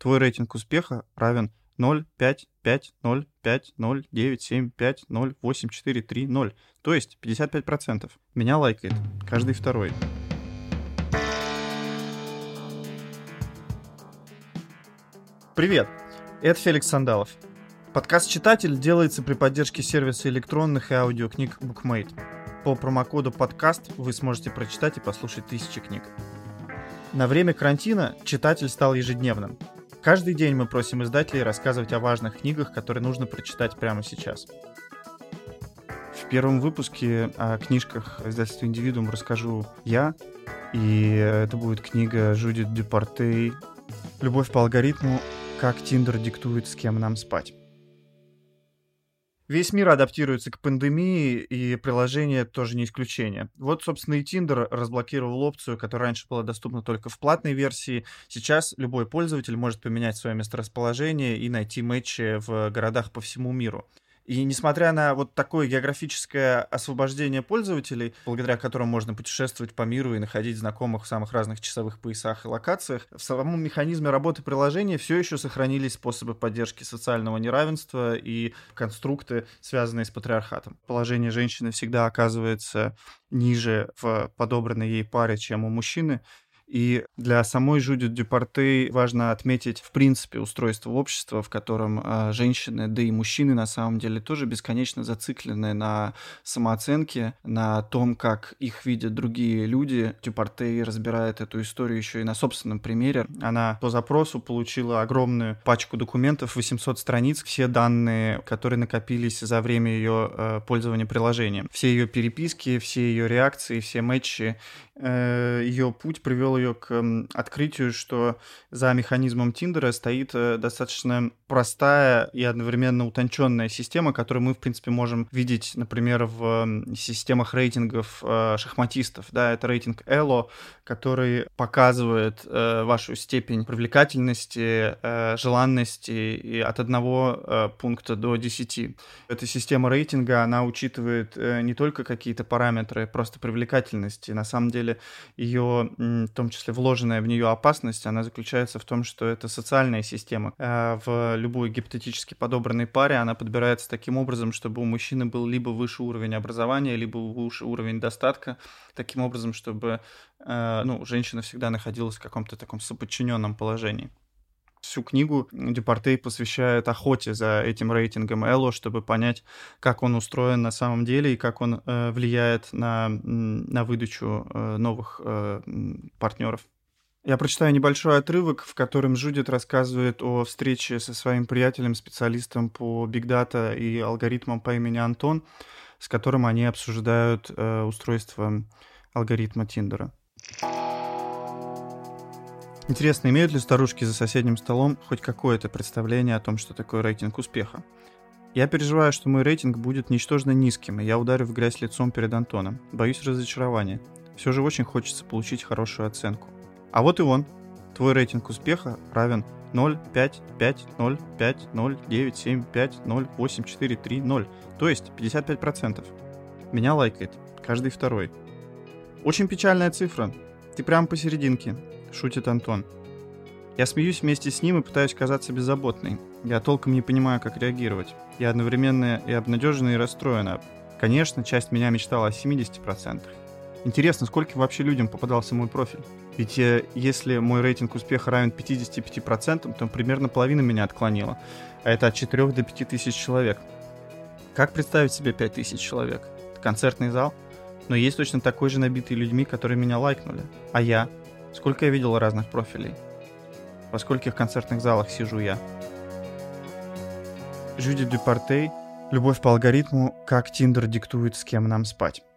Твой рейтинг успеха равен 0, 5, 5, 0, 5, 0, 9, 7, 5, 0, 8, 4, 3, 0. То есть 55%. Меня лайкает каждый второй. Привет, это Феликс Сандалов. Подкаст «Читатель» делается при поддержке сервиса электронных и аудиокниг BookMate. По промокоду «Подкаст» вы сможете прочитать и послушать тысячи книг. На время карантина «Читатель» стал ежедневным. Каждый день мы просим издателей рассказывать о важных книгах, которые нужно прочитать прямо сейчас. В первом выпуске о книжках издательства «Индивидуум» расскажу я, и это будет книга Жюдит Дюпартей «Любовь по алгоритму. Как Тиндер диктует, с кем нам спать». Весь мир адаптируется к пандемии, и приложение тоже не исключение. Вот, собственно, и Tinder разблокировал опцию, которая раньше была доступна только в платной версии. Сейчас любой пользователь может поменять свое месторасположение и найти матчи в городах по всему миру. И несмотря на вот такое географическое освобождение пользователей, благодаря которому можно путешествовать по миру и находить знакомых в самых разных часовых поясах и локациях, в самом механизме работы приложения все еще сохранились способы поддержки социального неравенства и конструкты, связанные с патриархатом. Положение женщины всегда оказывается ниже в подобранной ей паре, чем у мужчины. И для самой Жюдит Дюпартей важно отметить, в принципе, устройство общества, в котором женщины, да и мужчины на самом деле тоже бесконечно зациклены на самооценке, на том, как их видят другие люди. Дюпартей разбирает эту историю еще и на собственном примере. Она по запросу получила огромную пачку документов, 800 страниц, все данные, которые накопились за время ее пользования приложением. Все ее переписки, все ее реакции, все матчи. Ее путь привел ее к открытию, что за механизмом Тиндера стоит достаточно простая и одновременно утонченная система, которую мы, в принципе, можем видеть, например, в системах рейтингов шахматистов. Да, это рейтинг Elo, который показывает вашу степень привлекательности, желанности и от 1 пункта до 10. Эта система рейтинга, она учитывает не только какие-то параметры просто привлекательности. На самом деле ее, в том числе вложенная в нее опасность, она заключается в том, что это социальная система. В любой гипотетически подобранной паре она подбирается таким образом, чтобы у мужчины был либо выше уровень образования, либо выше уровень достатка, таким образом, чтобы женщина всегда находилась в каком-то таком соподчиненном положении. Всю книгу Дюпартей посвящает охоте за этим рейтингом Elo, чтобы понять, как он устроен на самом деле и как он влияет на выдачу новых партнеров. Я прочитаю небольшой отрывок, в котором Жюдит рассказывает о встрече со своим приятелем, специалистом по бигдата и алгоритмам по имени Антон, с которым они обсуждают устройство алгоритма Тиндера. Интересно, имеют ли старушки за соседним столом хоть какое-то представление о том, что такое рейтинг успеха? Я переживаю, что мой рейтинг будет ничтожно низким, и я ударю в грязь лицом перед Антоном. Боюсь разочарования. Все же очень хочется получить хорошую оценку. А вот и он. Твой рейтинг успеха равен 0, 5, 5, 0, 5, 0, 9, 7, 5, 0, 8, 4, 3, 0. То есть 55%. Меня лайкает каждый второй. Очень печальная цифра. Ты прямо посерединке. Шутит Антон. Я смеюсь вместе с ним и пытаюсь казаться беззаботной. Я толком не понимаю, как реагировать. Я одновременно и обнадежена, и расстроена. Конечно, часть меня мечтала о 70%. Интересно, скольким вообще людям попадался мой профиль? Ведь если мой рейтинг успеха равен 55%, то примерно половина меня отклонила. А это от 4 до 5 тысяч человек. Как представить себе 5 тысяч человек? Это концертный зал? Но есть точно такой же набитый людьми, которые меня лайкнули. А я? Сколько я видел разных профилей? Во скольких концертных залах сижу я? Жюдит Дюпартей «Любовь по алгоритму. Как Тиндер диктует, с кем нам спать».